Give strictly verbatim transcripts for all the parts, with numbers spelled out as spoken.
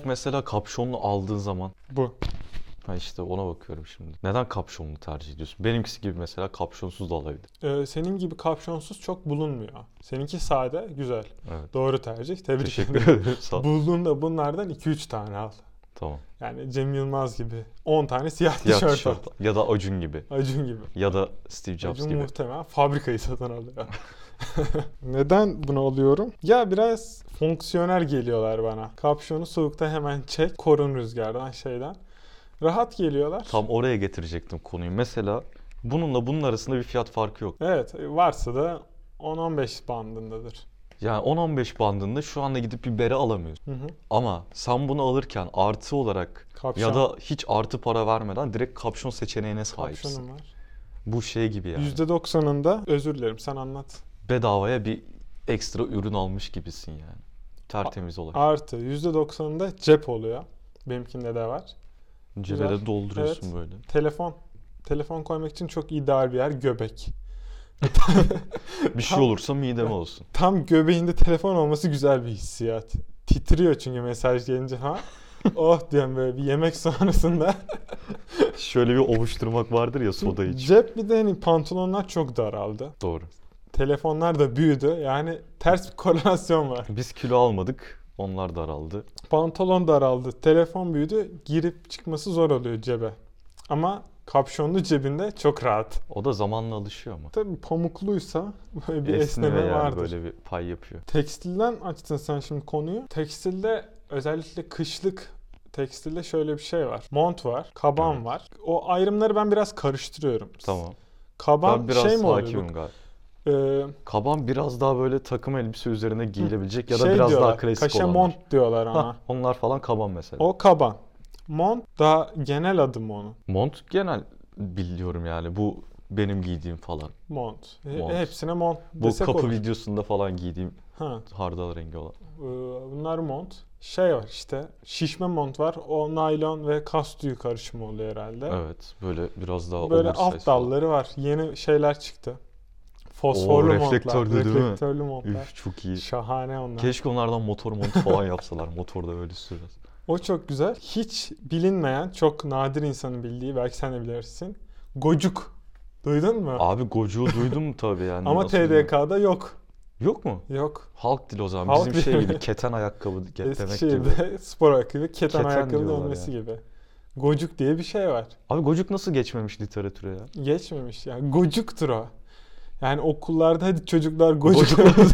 mesela kapşonlu aldığın zaman. Bu. Ha işte ona bakıyorum şimdi. Neden kapşonlu tercih ediyorsun? Benimkisi gibi mesela kapşonsuz da olabilir. Ee, senin gibi kapşonsuz çok bulunmuyor. Seninki sade, güzel. Evet. Doğru tercih. Tebrik Teşekkür ederim. ederim. Sağ ol. Bulduğunda bunlardan iki üç tane al. Tamam. Yani Cem Yılmaz gibi on tane siyah, Siyah tişört al. tişört. Ya da Acun gibi. Acun gibi. Ya da Steve Jobs Acun gibi. muhtemelen fabrikayı satın alıyor. Neden bunu alıyorum? Ya biraz fonksiyonel geliyorlar bana. Kapşonu soğukta hemen çek, korun rüzgardan şeyden. Rahat geliyorlar. Tam oraya getirecektim konuyu. Mesela bununla bunun arasında bir fiyat farkı yok. Evet, varsa da on on beş bandındadır. Yani on on beş bandında şu anda gidip bir bere alamıyorsun. Hı hı. Ama sen bunu alırken artı olarak Kapşon. ya da hiç artı para vermeden direkt kapşon seçeneğine sahipsin. Kapşonum var. Bu şey gibi yani. yüzde doksanında özür dilerim, sen anlat. Bedavaya bir ekstra ürün almış gibisin yani. Tertemiz olarak. Artı yüzde doksanında cep oluyor. Benimkinde de var. Cebe de dolduruyorsun Evet. böyle. Telefon. Telefon koymak için çok ideal bir yer göbek. Bir şey olursa mideme olsun. Tam göbeğinde telefon olması güzel bir hissiyat. Titriyor çünkü mesaj gelince ha. Oh diyorum böyle bir yemek sonrasında. Şöyle bir ovuşturmak vardır ya soda için. Cep bir de hani pantolonlar çok daraldı. Doğru. Telefonlar da büyüdü. Yani ters bir korelasyon var. Biz kilo almadık. Onlar daraldı. Pantolon daraldı. Telefon büyüdü. Girip çıkması zor oluyor cebe. Ama kapşonlu cebinde çok rahat. O da zamanla alışıyor ama. Tabii pamukluysa böyle bir Esneme esneme yani vardır. böyle bir pay yapıyor. Tekstilden açtın sen şimdi konuyu. Tekstilde özellikle kışlık tekstilde şöyle bir şey var. Mont var, kaban Evet. var. O ayrımları ben biraz karıştırıyorum. Tamam. Kaban Ben biraz şey mi oluyor? hakimim galiba. Ee, Kaban biraz daha böyle takım elbise üzerine giyilebilecek ya da şey biraz diyorlar, daha klasik kaşe olanlar. mont diyorlar ona. Hah, onlar falan kaban mesela. O kaban. Mont daha genel adı mı onun? Mont genel biliyorum yani bu benim giydiğim falan. Mont. E, Mont. Hepsine mont Bu desek kapı olur. videosunda falan giydiğim Ha. hardal rengi olan. Ee, bunlar mont. Şey var işte şişme mont var. O naylon ve kas tüyü karışımı oluyor herhalde. Evet böyle biraz daha Böyle oversize alt falan. dalları var. Yeni şeyler çıktı. Fosforlu Oo, montlar. reflektörlü değil mi? Reflektörlü montlar. Üf çok iyi. Şahane onlar. Keşke onlardan motor montu falan yapsalar. Motorda böyle süreceğiz. O çok güzel. Hiç bilinmeyen, çok nadir insanın bildiği, belki sen de bilirsin. Gocuk. Duydun mu? Abi gocuğu duydum tabii yani. Ama Nasıl T D K'da yok. Yok mu? Yok. Halk dili o zaman. Halk Bizim şey dili. gibi keten ayakkabı demek gibi. Eskişehir'de spor ayakkabı, keten, Keten ayakkabı diyorlar denmesi ya. gibi. Gocuk diye bir şey var. Abi gocuk nasıl geçmemiş literatüre ya? Geçmemiş yani. Gocuktur o. Yani okullarda hadi çocuklar gocuk.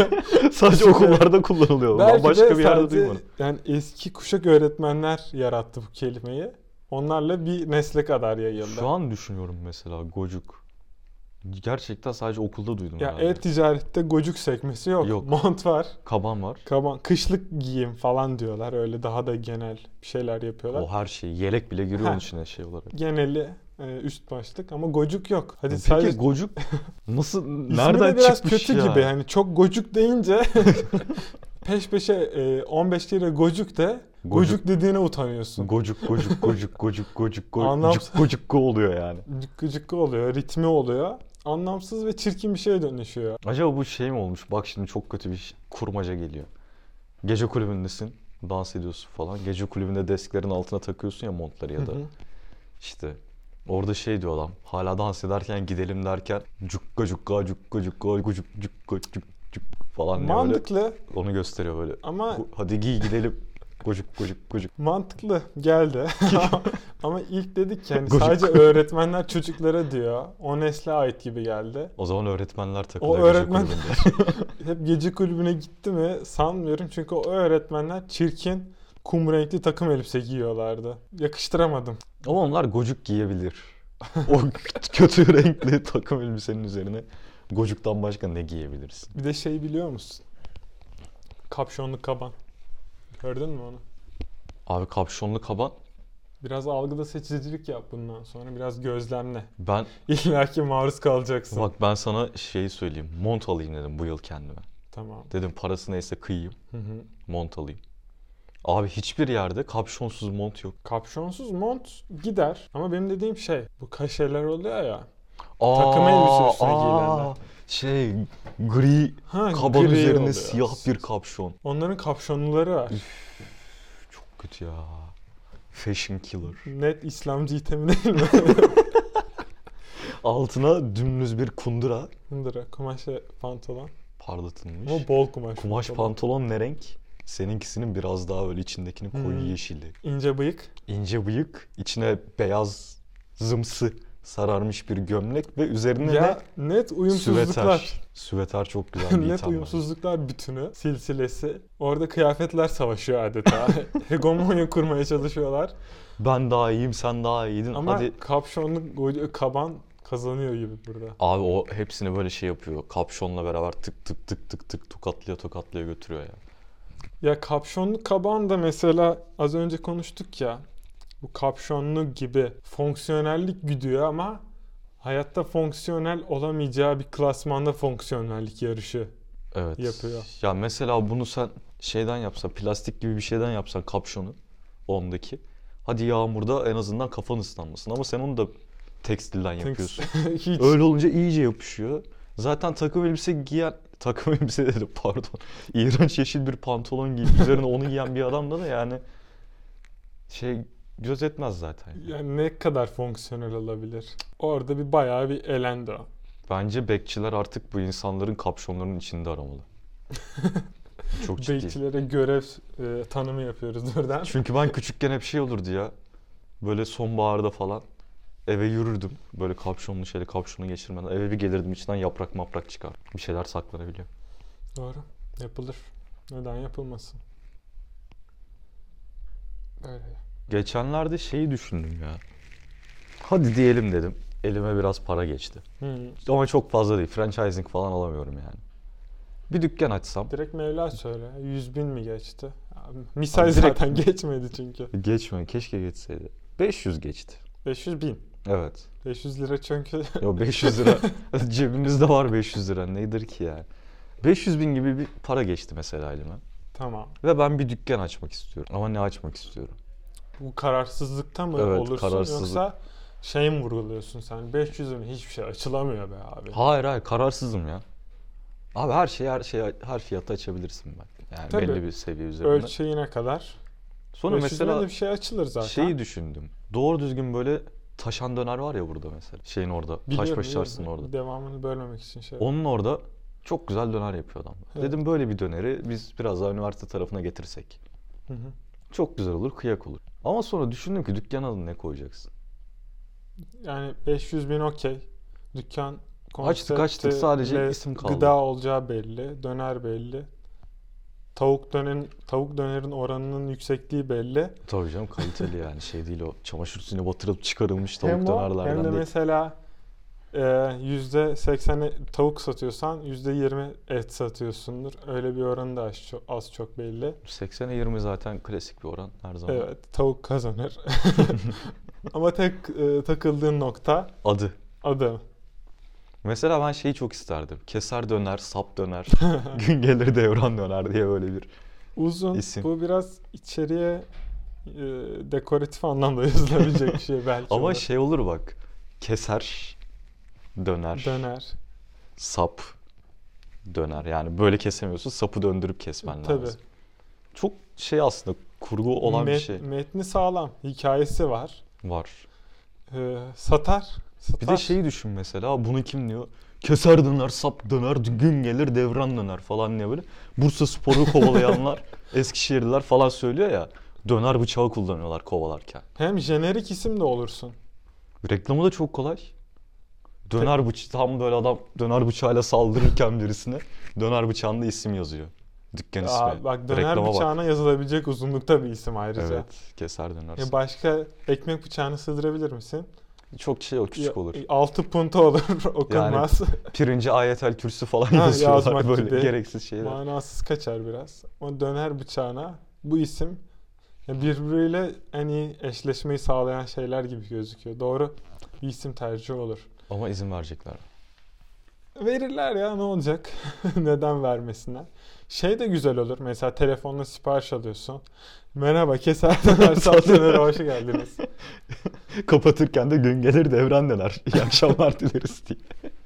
Sadece okullarda kullanılıyor. Ben Belki başka de bir yerde sadece duymadım. yani eski kuşak öğretmenler yarattı bu kelimeyi. Onlarla bir nesle kadar yayıldı. Şu an düşünüyorum mesela gocuk. Gerçekten sadece okulda duydum Ya herhalde. e-ticarette gocuk sekmesi yok. Yok. Mont var. Kaban var. Kaban, kışlık giyim falan diyorlar. Öyle daha da genel bir şeyler yapıyorlar. O her şey. Yelek bile giriyor Ha. onun içine şey olarak. Geneli e, üst başlık ama gocuk yok. Hadi Peki sadece gocuk nasıl, İsmi nereden de biraz çıkmış kötü ya? gibi. Yani çok gocuk deyince peş peşe e, on beş kere gocuk de gocuk, Gocuk. dediğine utanıyorsun. Gocuk gocuk gocuk gocuk gocuk Anlamsız. gocuk gocuk oluyor yani. Cıkkı cıkkı oluyor, ritmi oluyor. Anlamsız ve çirkin bir şeye dönüşüyor. Acaba bu şey mi olmuş? Bak şimdi çok kötü bir şey- kurmaca geliyor. Gece kulübündesin, dans ediyorsun falan. Gece kulübünde desklerin altına takıyorsun ya montları ya da. Hı hı. İşte orada şey diyor adam. Hala dans ederken gidelim derken cukka cukka cukka cukka gucuk cukka cuk cuk falan diye böyle Mantıklı onu gösteriyor böyle. ama Hadi giy gidelim. Gocuk gocuk gocuk. mantıklı geldi. Ama ilk dedik ki hani Gocuk. sadece öğretmenler çocuklara diyor. O nesle ait gibi geldi. O zaman öğretmenler O takılıyor gece öğretmen kulübünde. hep gece kulübüne gitti mi sanmıyorum. Çünkü o öğretmenler çirkin kum renkli takım elbise giyiyorlardı. Yakıştıramadım. Ama onlar gocuk giyebilir. O kötü renkli takım elbisenin üzerine gocuktan başka ne giyebilirsin? Bir de şey biliyor musun? Kapşonlu kaban. Gördün mü onu? Abi kapşonlu kaban. Biraz algıda seçicilik yap bundan sonra. Biraz gözlemle. Ben İlla ki maruz kalacaksın. bak ben sana şeyi söyleyeyim. Mont alayım dedim bu yıl kendime. Tamam. Dedim parası neyse kıyayım. Hı hı. Mont alayım. Abi hiçbir yerde kapşonsuz mont yok. Kapşonsuz mont gider. Ama benim dediğim şey. Bu kaşeler oluyor ya. Aa, Takım elbise üstüne aa, giyilenler. Şey gri Ha, kaban gri üzerine oluyor. siyah bir kapşon. Onların kapşonluları var. Çok kötü ya. Fashion killer. Net İslamcı itemi değil mi? Altına dümdüz bir kundura Hındıra, kumaş pantolon. parlatılmış. Ama bol kumaş. Kumaş pantolon. pantolon ne renk? Seninkisinin biraz daha böyle içindekinin koyu Hmm. yeşili. İnce bıyık. İnce bıyık, içine beyaz zımsı sararmış bir gömlek ve üzerine Ya ne? net uyumsuzluklar. Süveter. Süveter çok güzel bir Net item uyumsuzluklar bütünü, silsilesi. Orada kıyafetler savaşıyor adeta. Hegemonya kurmaya çalışıyorlar. Ben daha iyiyim, sen daha iyiydin. Ama Hadi. kapşonlu kaban kazanıyor gibi burada. Abi o hepsini böyle şey yapıyor. Kapşonla beraber tık tık tık tık tık tokatlaya tokatlaya götürüyor ya. Ya kapşonlu kaban da mesela az önce konuştuk ya. Bu kapşonlu gibi fonksiyonellik güdüyor ama hayatta fonksiyonel olamayacağı bir klasmanda fonksiyonellik yarışı Evet. yapıyor. Ya mesela bunu sen şeyden yapsan, plastik gibi bir şeyden yapsan kapşonu ondaki. Hadi yağmurda en azından kafan ıslanmasın ama sen onu da tekstilden yapıyorsun. Hiç. Öyle olunca iyice yapışıyor. Zaten takım elbise giyen, takım elbise dedim pardon. İğrenç yeşil bir pantolon giyip üzerine onu giyen bir adamda da yani şey göz etmez zaten. Yani ne kadar fonksiyonel olabilir? Orada bir bayağı bir elendi o. Bence bekçiler artık bu insanların kapşonlarının içinde aramalı. Çok ciddi. Bekçilere görev e, tanımı yapıyoruz buradan. Çünkü ben küçükken hep şey olurdu ya. Böyle sonbaharda falan eve yürürdüm. Böyle kapşonlu şeyle kapşonu geçirmeden. Eve bir gelirdim, içinden yaprak maprak çıkar. Bir şeyler saklanabiliyor. Doğru. Yapılır. Neden yapılmasın? Öyle. Geçenlerde şeyi düşündüm ya. Hadi diyelim dedim. Elime biraz para geçti. Hmm. Ama çok fazla değil. Franchising falan alamıyorum yani. Bir dükkan açsam. Direkt Mevla söyle. yüz bin mi geçti? Abi, misal Abi direkt- zaten geçmedi çünkü. Geçmiyor. Keşke geçseydi. beş yüz geçti. beş yüz bin. Evet. beş yüz lira çünkü. Yo beş yüz lira. Cebimizde var beş yüz lira. Nedir ki yani? beş yüz bin gibi bir para geçti mesela elime. Tamam. Ve ben bir dükkan açmak istiyorum. Ama ne açmak istiyorum? Bu kararsızlıkta mı Evet, olursun kararsızlık. yoksa şey mi vurguluyorsun sen? beş yüzün hiçbir şey açılamıyor be abi. Hayır hayır kararsızım ya. Abi her şey her şey her fiyata açabilirsin ben. Yani Tabii. belli bir seviye üzerinde. Ölçeğine kadar. Sonra beş yüz bine mesela de bir şey açılır zaten. şeyi düşündüm. Doğru düzgün böyle taşan döner var ya burada mesela. Şeyin orada. Biliyorum, Taşbaşı biliyorum. Çarşısı'nın orada. Devamını bölmemek için şey. Onun orada çok güzel döner yapıyor adam. Evet. Dedim böyle bir döneri biz biraz daha üniversite tarafına getirsek. Hı hı. Çok güzel olur, kıyak olur. Ama sonra düşündüm ki dükkan adını ne koyacaksın? Yani beş yüz bin okey. Dükkan Açtık, açtık. Sadece konseptiyle isim kaldı. Gıda olacağı belli. Döner belli. Tavuk dönerin tavuk dönerin oranının yüksekliği belli. Tabii canım kaliteli yani şey değil o çamaşır suyuna batırılıp çıkarılmış tavuk Hem o hem dönerlerden de değil. mesela e, yüzde seksen tavuk satıyorsan yüzde yirmi et satıyorsundur. Öyle bir oranı da az çok, az çok belli. seksene yirmi zaten klasik bir oran her zaman. Evet, tavuk kazanır. Ama tek e, takıldığın nokta Adı. adı. Mesela ben şeyi çok isterdim. Keser döner, sap döner, gün gelir devran döner diye böyle bir Uzun. İsim. Bu biraz içeriye e, dekoratif anlamda yazılabilecek bir şey belki. Ama olur. şey olur bak. Keser döner, Döner. sap döner. Yani böyle kesemiyorsun. Sapı döndürüp kesmen Tabii. lazım. Çok şey aslında kurgu olan bir Met- şey Metni sağlam. Hikayesi var. var. E, satar. Satar. Bir de şeyi düşün mesela. Bunu kim diyor? Keser döner, sap döner, gün gelir devran döner falan diye böyle. Bursa Spor'u kovalayanlar, Eskişehirliler falan söylüyor ya. Döner bıçağı kullanıyorlar kovalarken. Hem jenerik isim de olursun. Reklamı da çok kolay. Döner bıçağı, tam böyle adam döner bıçağıyla saldırırken birisine döner bıçağında isim yazıyor. Dükkan ismi. Aa, bak döner Reklama bak. bıçağına yazılabilecek uzunlukta bir isim ayrıca. Evet, keser döner. E başka ekmek bıçağını sığdırabilir misin? Çok şey o küçük Ya, olur. altı punta olur okunmaz. Pirinci ayetel kürsü falan Ha, yazıyorlar yazmak böyle gibi. gereksiz şeyler. Manasız kaçar biraz. Ama döner bıçağına bu isim ya birbiriyle en iyi eşleşmeyi sağlayan şeyler gibi gözüküyor. Doğru bir isim tercihi olur. Ama izin verecekler. Verirler ya ne olacak? Neden vermesinler? Şey de güzel olur. Mesela telefonla sipariş alıyorsun. Merhaba keser döner sap dönere hoş geldiniz. Kapatırken de gün gelir devran döner. İyi akşamlar dileriz diye.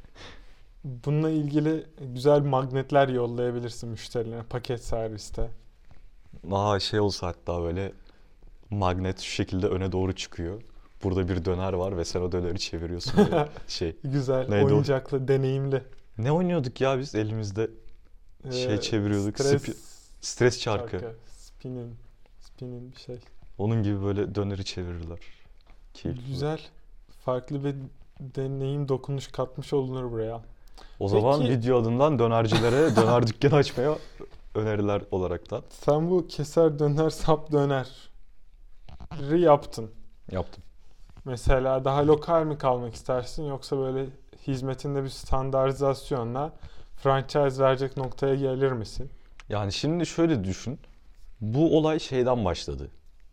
Bununla ilgili güzel magnetler yollayabilirsin müşterilerine paket serviste. Aa şey olsa hatta böyle Magnet şu şekilde öne doğru çıkıyor. Burada bir döner var ve sen o döneri çeviriyorsun. Böyle şey. Güzel, Neydi o? oyuncaklı, deneyimli. Ne oynuyorduk ya biz elimizde? Şey Ee, çeviriyorduk. Stres, Spi- stres çarkı. çarkı. Spinin, spinin bir şey. Onun gibi böyle döneri çevirirler. Keyifli. Güzel. Farklı bir deneyim, dokunuş katmış olunur buraya. O zaman Peki- video adından dönercilere döner dükkanı açmaya öneriler olaraktan Sen bu keser döner, sap döner yaptın. yaptım. Mesela daha lokal mi kalmak istersin yoksa böyle hizmetinde bir standartizasyonla franchise verecek noktaya gelir misin? Yani şimdi şöyle düşün. Bu olay şeyden başladı.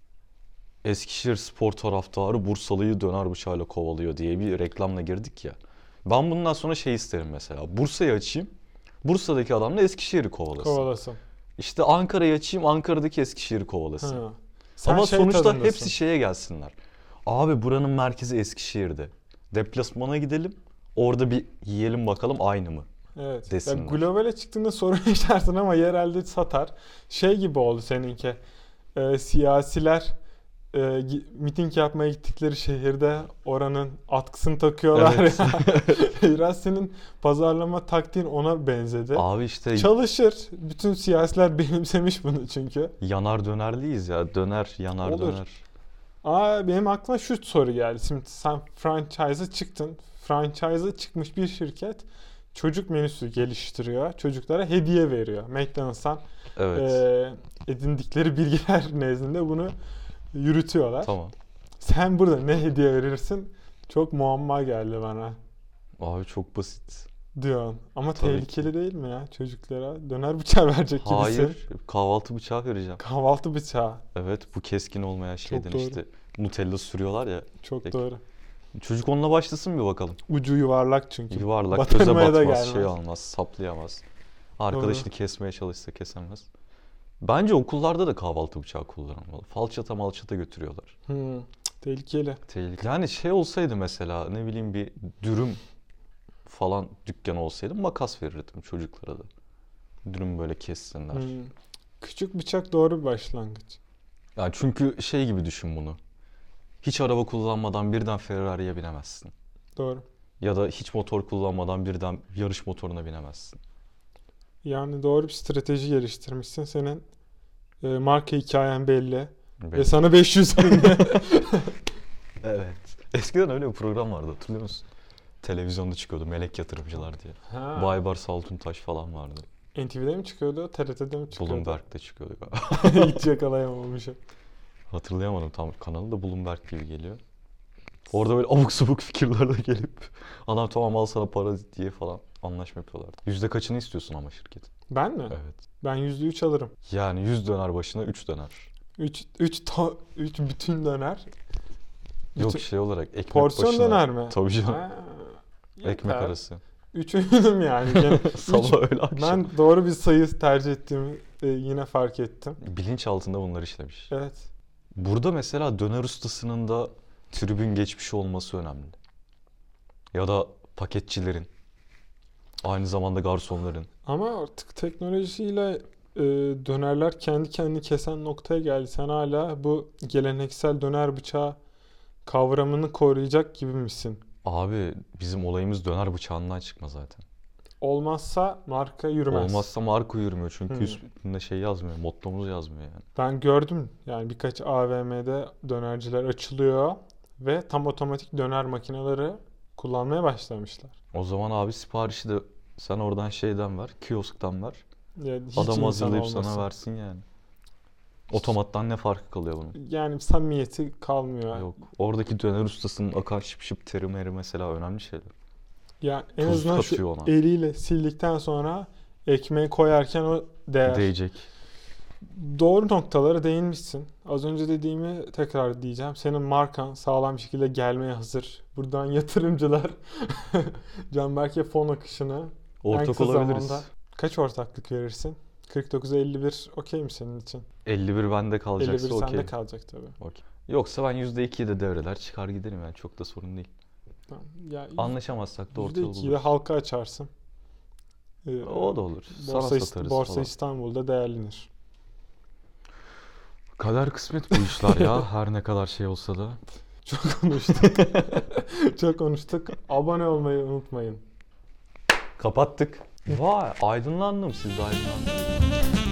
Eskişehir spor taraftarı Bursalı'yı döner bıçağıyla kovalıyor diye bir reklamla girdik ya. Ben bundan sonra şey isterim mesela. Bursa'yı açayım. Bursa'daki adam da Eskişehir'i kovalasın. Kovalasın. İşte Ankara'yı açayım. Ankara'daki Eskişehir'i kovalasın. Ha. Sen Ama şey sonuçta tadındasın. hepsi şeye gelsinler. Abi buranın merkezi Eskişehir'de. Deplasmana gidelim. Orada bir yiyelim bakalım aynı mı? Evet. Ya desinler. globale çıktığında sorun yaşarsın ama yerelde satar. Şey gibi oldu seninki. Ee, siyasiler e, gi- miting yapmaya gittikleri şehirde oranın atkısını takıyorlar Evet. ya. Biraz senin pazarlama taktiğin ona benzedi. Abi işte Çalışır. Bütün siyasiler benimsemiş bunu çünkü. yanar dönerliyiz ya. Döner, yanar Olur. döner. Aa, benim aklıma şu soru geldi. Şimdi sen franchise'a çıktın. Franchise'a çıkmış bir şirket çocuk menüsü geliştiriyor. Çocuklara hediye veriyor. McDonald's'tan Evet. e, edindikleri bilgiler nezdinde bunu yürütüyorlar. Tamam. Sen burada ne hediye verirsin? Çok muamma geldi bana Abi çok basit. diyorsun. Ama Tabii tehlikeli değil mi ya çocuklara? Döner bıçağı verecek gibisin. Hayır. Kahvaltı bıçağı vereceğim. Kahvaltı bıçağı. Evet, bu keskin olmayan şeyden doğru. işte Nutella sürüyorlar ya. Çok Peki. doğru. Çocuk onunla başlasın bir bakalım. Ucu yuvarlak çünkü. Yuvarlak, göze Batırmaya da batmaz, gelmez. şey almaz, saplayamaz. Arkadaşını kesmeye çalışsa kesemez. Bence okullarda da kahvaltı bıçağı kullanılmalı. Falçata malçata götürüyorlar. Hmm, tehlikeli. Tehlikeli. Yani şey olsaydı mesela ne bileyim bir dürüm falan dükkanı olsaydı makas verirdim çocuklara da. Dürüm böyle kessinler. Hmm. Küçük bıçak doğru bir başlangıç. Yani çünkü şey gibi düşün bunu. Hiç araba kullanmadan birden Ferrari'ye binemezsin. Doğru. Ya da hiç motor kullanmadan birden yarış motoruna binemezsin. Yani doğru bir strateji geliştirmişsin. Senin e, marka hikayen belli. Ve Belki. sana beş yüz binde. Evet. Eskiden öyle bir program vardı, hatırlıyor musun? Televizyonda çıkıyordu Melek Yatırımcılar diye. Ha. Baybars Altuntaş falan vardı. N T V'de mi çıkıyordu? T R T'de mi çıkıyordu? Bloomberg'de çıkıyordu galiba. Hiç yakalayamamışım. Hatırlayamadım tam kanalı da Bloomberg gibi geliyor. Orada böyle abuk subuk fikirlerle gelip adam tamam al sana para diye falan anlaşma yapıyorlardı. Yüzde kaçını istiyorsun ama şirketin? Ben mi? Evet. Ben yüzde üç alırım. Yani yüz döner başına üç döner. üç üç to, üç bütün döner. Yok Bütün- şey olarak ekmek Porsiyon başına. döner mi? Tabii canım. Ha, Ekmek yeter. arası. Üç öğünüm yani. Gene üç- Sabah öğle akşam. ben doğru bir sayı tercih ettiğimi e, yine fark ettim. Bilinç altında bunlar işlemiş. Evet. Burada mesela döner ustasının da tribün geçmişi olması önemli. Ya da paketçilerin. Aynı zamanda garsonların. Ama artık teknolojiyle e, dönerler kendi kendini kesen noktaya geldi. Sen hala bu geleneksel döner bıçağı kavramını koruyacak gibi misin? Abi bizim olayımız döner bıçağından çıkma zaten. Olmazsa marka yürümez. Olmazsa marka yürümüyor çünkü Hmm. üstünde şey yazmıyor, mottomuz yazmıyor yani. Ben gördüm yani birkaç A V M'de dönerciler açılıyor ve tam otomatik döner makineleri kullanmaya başlamışlar. O zaman abi siparişi de sen oradan şeyden ver, kiosktan ver. Yani hiç Adam insan hazırlayıp olmasın. sana versin yani. Otomattan ne farkı kalıyor bunun? Yani samimiyeti kalmıyor. Yok. Oradaki döner ustasının akan şıp şıp teri meri mesela önemli şeyler. Ya en Tuz azından şu katıyor ona. eliyle sildikten sonra ekmeği koyarken o değer. Değecek. Doğru noktalara değinmişsin. Az önce dediğimi tekrar diyeceğim. Senin markan sağlam bir şekilde gelmeye hazır. Buradan yatırımcılar Canberk'e fon akışını en Ortak kısa olabiliriz. zamanda kaç ortaklık verirsin? kırk dokuza elli bir okey mi senin için? elli bir bende elli bir kalacaksa sende okey. kalacak tabii. Okey. Yoksa ben yüzde ikiyi de devreler çıkar giderim yani çok da sorun değil. Tamam. Ya Anlaşamazsak da orta yüzde yol ikiyi de buluruz. halka açarsın. Ee, O da olur. Sana Borsa, İst- satarız Borsa falan. İstanbul'da değerlenir. Kader kısmet bu işler ya. Her ne kadar şey olsa da. Çok konuştuk. Çok konuştuk. Abone olmayı unutmayın. Kapattık. Vay, aydınlandım, siz de aydınlandınız.